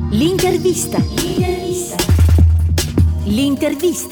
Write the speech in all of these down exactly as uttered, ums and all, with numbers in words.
L'intervista. L'intervista. L'intervista.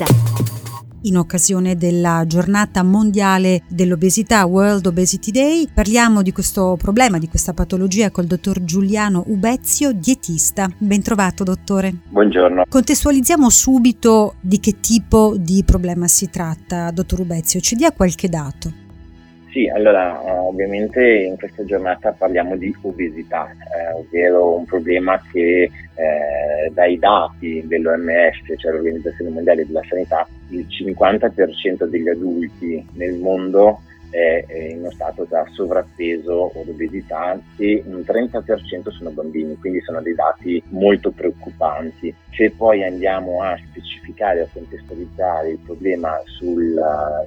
In occasione della giornata mondiale dell'obesità, World Obesity Day, parliamo di questo problema, di questa patologia col dottor Giuliano Ubezio, dietista. Ben trovato, dottore. Buongiorno. Contestualizziamo subito di che tipo di problema si tratta, dottor Ubezio. Ci dia qualche dato. Sì, allora ovviamente in questa giornata parliamo di obesità, eh, ovvero un problema che eh, dai dati dell'O M S, cioè l'Organizzazione Mondiale della Sanità, il cinquanta per cento degli adulti nel mondo è in uno stato da sovrappeso o obesità e un trenta per cento sono bambini, quindi sono dei dati molto preoccupanti. Se poi andiamo a specificare, a contestualizzare il problema sul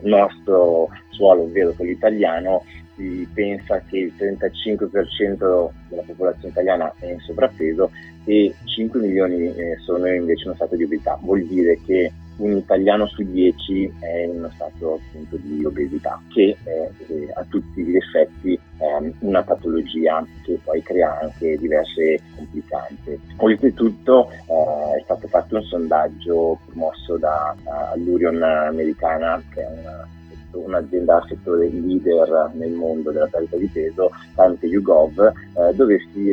nostro suolo, ovvero quello italiano, si pensa che il trentacinque per cento della popolazione italiana è in sovrappeso e cinque milioni sono invece in uno stato di obesità. Vuol dire che un italiano su dieci è in uno stato appunto di obesità, che è eh, a tutti gli effetti eh, una patologia che poi crea anche diverse complicanze. Oltretutto eh, è stato fatto un sondaggio promosso da uh, Allurion Americana, che è una un'azienda al settore leader nel mondo della perdita di peso, tramite YouGov, eh, dove si,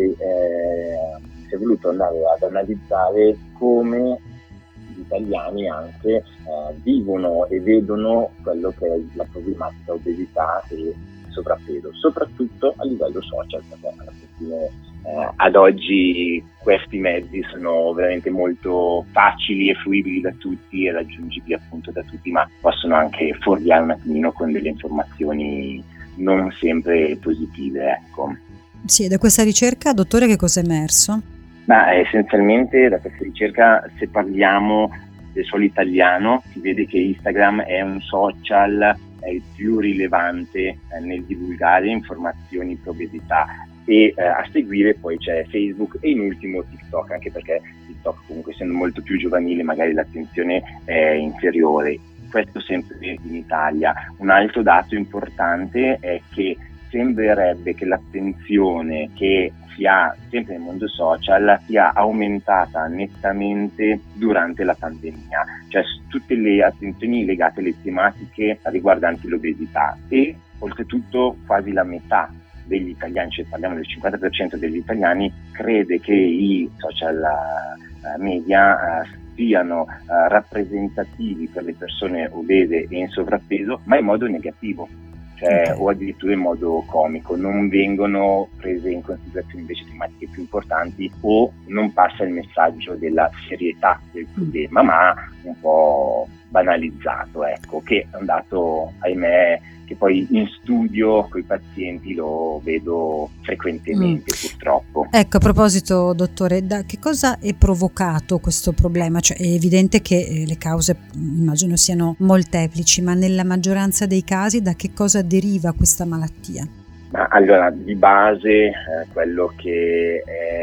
eh, si è voluto andare ad analizzare come gli italiani anche eh, vivono e vedono quello che è la problematica obesità e sovrappeso, soprattutto a livello social, perché alla fine eh, ad oggi questi mezzi sono veramente molto facili e fruibili da tutti e raggiungibili appunto da tutti, ma possono anche fuorviare un attimino con delle informazioni non sempre positive, ecco. Sì, e da questa ricerca, dottore, che cosa è emerso? Ma essenzialmente da questa ricerca, se parliamo del suolo italiano, si vede che Instagram è un social è il più rilevante eh, nel divulgare informazioni per obesità e eh, a seguire poi c'è Facebook e in ultimo TikTok, anche perché TikTok comunque essendo molto più giovanile magari l'attenzione è inferiore. Questo sempre in Italia. Un altro dato importante è che sembrerebbe che l'attenzione che si ha sempre nel mondo social sia aumentata nettamente durante la pandemia, cioè tutte le attenzioni legate alle tematiche riguardanti l'obesità e oltretutto quasi la metà degli italiani, cioè parliamo del cinquanta per cento degli italiani, crede che i social uh, media uh, siano uh, rappresentativi per le persone obese e in sovrappeso, ma in modo negativo. Cioè, okay. O addirittura in modo comico, non vengono prese in considerazione invece tematiche più importanti o non passa il messaggio della serietà del problema, mm. ma un po' banalizzato, ecco, che è un dato, ahimè, che poi in studio con i pazienti lo vedo frequentemente, mm. purtroppo. Ecco, a proposito, dottore, da che cosa è provocato questo problema? Cioè, è evidente che eh, le cause immagino siano molteplici, ma nella maggioranza dei casi da che cosa deriva questa malattia? Ma allora, di base, eh, quello che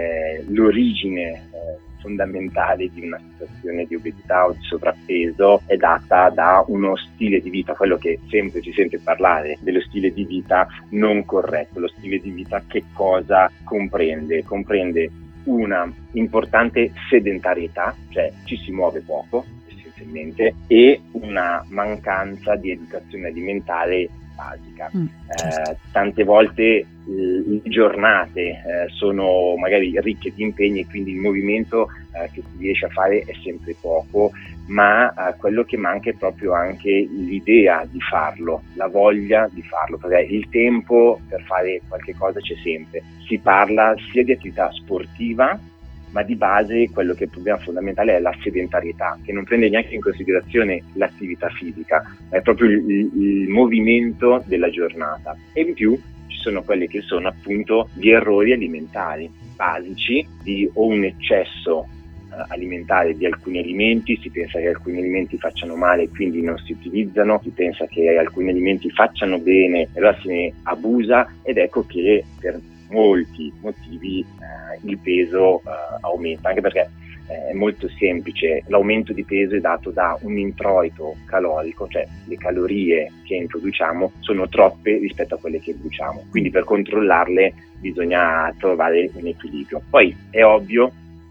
è l'origine eh, fondamentale di una situazione di obesità o di sovrappeso è data da uno stile di vita, quello che sempre si sente parlare dello stile di vita non corretto. Lo stile di vita che cosa comprende? Comprende una importante sedentarietà, cioè ci si muove poco essenzialmente, e una mancanza di educazione alimentare basica. Mm, certo. eh, tante volte le giornate eh, sono magari ricche di impegni e quindi il movimento eh, che si riesce a fare è sempre poco, ma eh, quello che manca è proprio anche l'idea di farlo, la voglia di farlo, perché il tempo per fare qualche cosa c'è sempre. Si parla sia di attività sportiva, ma di base quello che è il problema fondamentale è la sedentarietà, che non prende neanche in considerazione l'attività fisica, ma è proprio il, il movimento della giornata. E in più ci sono quelli che sono appunto gli errori alimentari basici di o un eccesso eh, alimentare di alcuni alimenti, si pensa che alcuni alimenti facciano male e quindi non si utilizzano, si pensa che alcuni alimenti facciano bene e allora se ne abusa ed ecco che per molti motivi eh, il peso eh, aumenta, anche perché eh, è molto semplice, l'aumento di peso è dato da un introito calorico, cioè le calorie che introduciamo sono troppe rispetto a quelle che bruciamo, quindi per controllarle bisogna trovare un equilibrio. Poi è ovvio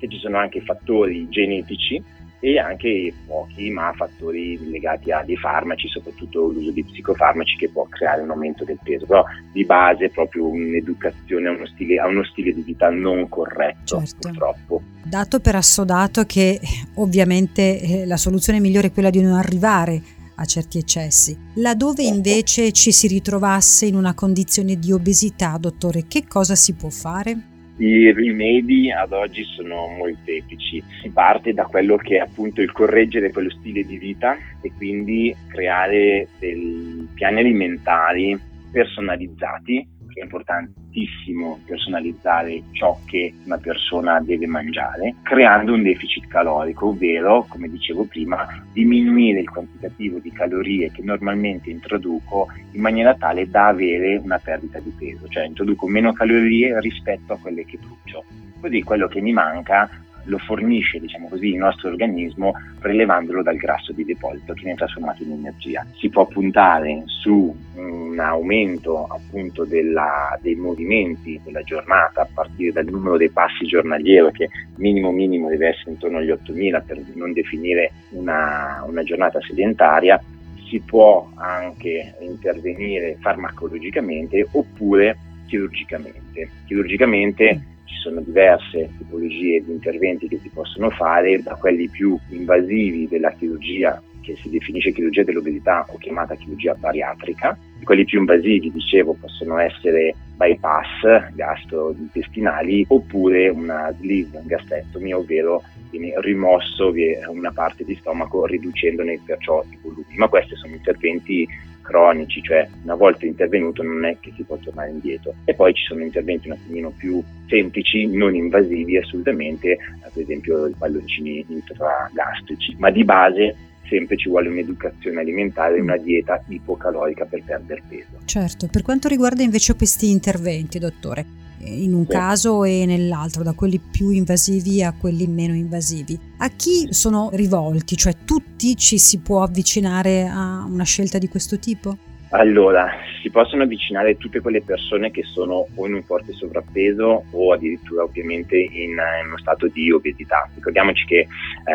che ci sono anche fattori genetici e anche pochi, ma fattori legati a dei farmaci, soprattutto l'uso di psicofarmaci, che può creare un aumento del peso. Però di base proprio un'educazione a uno stile, a uno stile di vita non corretto, certo. Purtroppo. Dato per assodato che ovviamente eh, la soluzione migliore è quella di non arrivare a certi eccessi. Laddove invece ci si ritrovasse in una condizione di obesità, dottore, che cosa si può fare? I rimedi ad oggi sono molteplici. Si parte da quello che è appunto il correggere quello stile di vita e quindi creare dei piani alimentari personalizzati. È importantissimo personalizzare ciò che una persona deve mangiare, creando un deficit calorico, ovvero, come dicevo prima, diminuire il quantitativo di calorie che normalmente introduco in maniera tale da avere una perdita di peso, cioè introduco meno calorie rispetto a quelle che brucio. Così quello che mi manca lo fornisce, diciamo così, il nostro organismo prelevandolo dal grasso di deposito che viene trasformato in energia. Si può puntare su un aumento appunto della, dei movimenti della giornata a partire dal numero dei passi giornaliero, che minimo minimo deve essere intorno agli ottomila per non definire una, una giornata sedentaria. Si può anche intervenire farmacologicamente oppure chirurgicamente. Chirurgicamente ci sono diverse tipologie di interventi che si possono fare, da quelli più invasivi della chirurgia, che si definisce chirurgia dell'obesità o chiamata chirurgia bariatrica. Quelli più invasivi, dicevo, possono essere bypass gastrointestinali oppure una sleeve gastrectomy, ovvero viene rimosso una parte di stomaco riducendone perciò i volumi. Ma questi sono interventi cronici, cioè una volta intervenuto non è che si può tornare indietro. E poi ci sono interventi un attimino più semplici, non invasivi assolutamente, per esempio i palloncini intragastrici, ma di base sempre ci vuole un'educazione alimentare e una dieta ipocalorica per perdere peso. Certo, per quanto riguarda invece questi interventi, dottore, in un sì. caso e nell'altro, da quelli più invasivi a quelli meno invasivi, a chi sono rivolti? Cioè tutti ci si può avvicinare a una scelta di questo tipo? Allora, si possono avvicinare tutte quelle persone che sono o in un forte sovrappeso o addirittura ovviamente in, in uno stato di obesità. Ricordiamoci che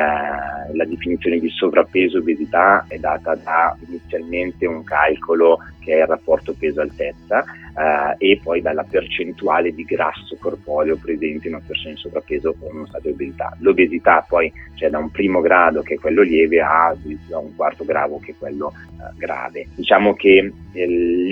eh, la definizione di sovrappeso e obesità è data da inizialmente un calcolo che è il rapporto peso-altezza eh, e poi dalla percentuale di grasso corporeo presente in una persona in sovrappeso o in uno stato di obesità. L'obesità poi c'è da un primo grado che è quello lieve a da un quarto grado che è quello eh, grave. Diciamo che eh,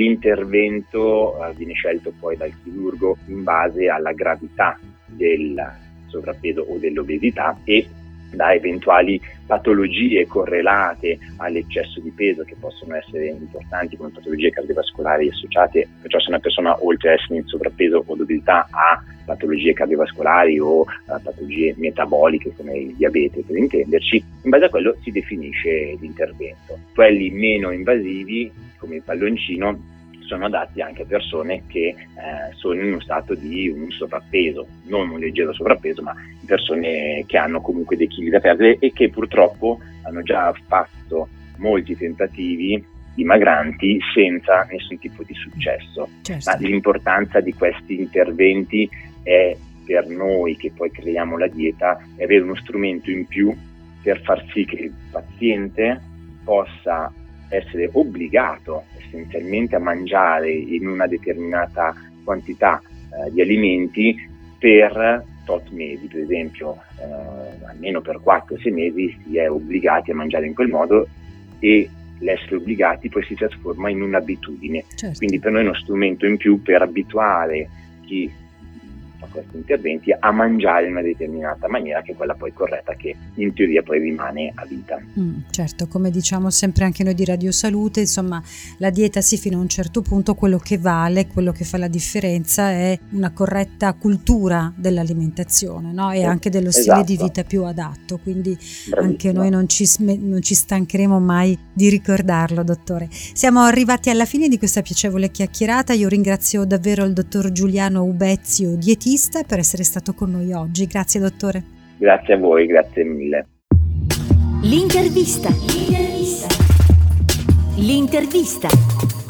l'intervento eh, viene scelto poi dal chirurgo in base alla gravità del sovrappeso o dell'obesità e da eventuali patologie correlate all'eccesso di peso che possono essere importanti come patologie cardiovascolari associate, perciò se una persona oltre ad essere in sovrappeso o obesità ha patologie cardiovascolari o uh, patologie metaboliche come il diabete per intenderci, in base a quello si definisce l'intervento. Quelli meno invasivi come il palloncino sono adatti anche a persone che eh, sono in uno stato di un sovrappeso, non un leggero sovrappeso, ma persone che hanno comunque dei chili da perdere e che purtroppo hanno già fatto molti tentativi dimagranti senza nessun tipo di successo. Certo. Ma l'importanza di questi interventi è per noi che poi creiamo la dieta, è avere uno strumento in più per far sì che il paziente possa essere obbligato essenzialmente a mangiare in una determinata quantità eh, di alimenti per tot mesi, per esempio eh, almeno per quattro sei mesi si è obbligati a mangiare in quel modo e l'essere obbligati poi si trasforma in un'abitudine. Certo. Quindi per noi è uno strumento in più per abituare chi fa questi interventi a mangiare in una determinata maniera che è quella poi corretta che in teoria poi rimane a vita. Mm, certo, come diciamo sempre anche noi di Radio Salute, insomma la dieta sì fino a un certo punto, quello che vale, quello che fa la differenza è una corretta cultura dell'alimentazione, no? E anche dello stile esatto. di vita più adatto, quindi Bravissima. Anche noi non ci, non ci stancheremo mai di ricordarlo, dottore. Siamo arrivati alla fine di questa piacevole chiacchierata, io ringrazio davvero il dottor Giuliano Ubezio, dietista, per essere stato con noi oggi. Grazie dottore. Grazie a voi, grazie mille. L'intervista. L'intervista. L'intervista.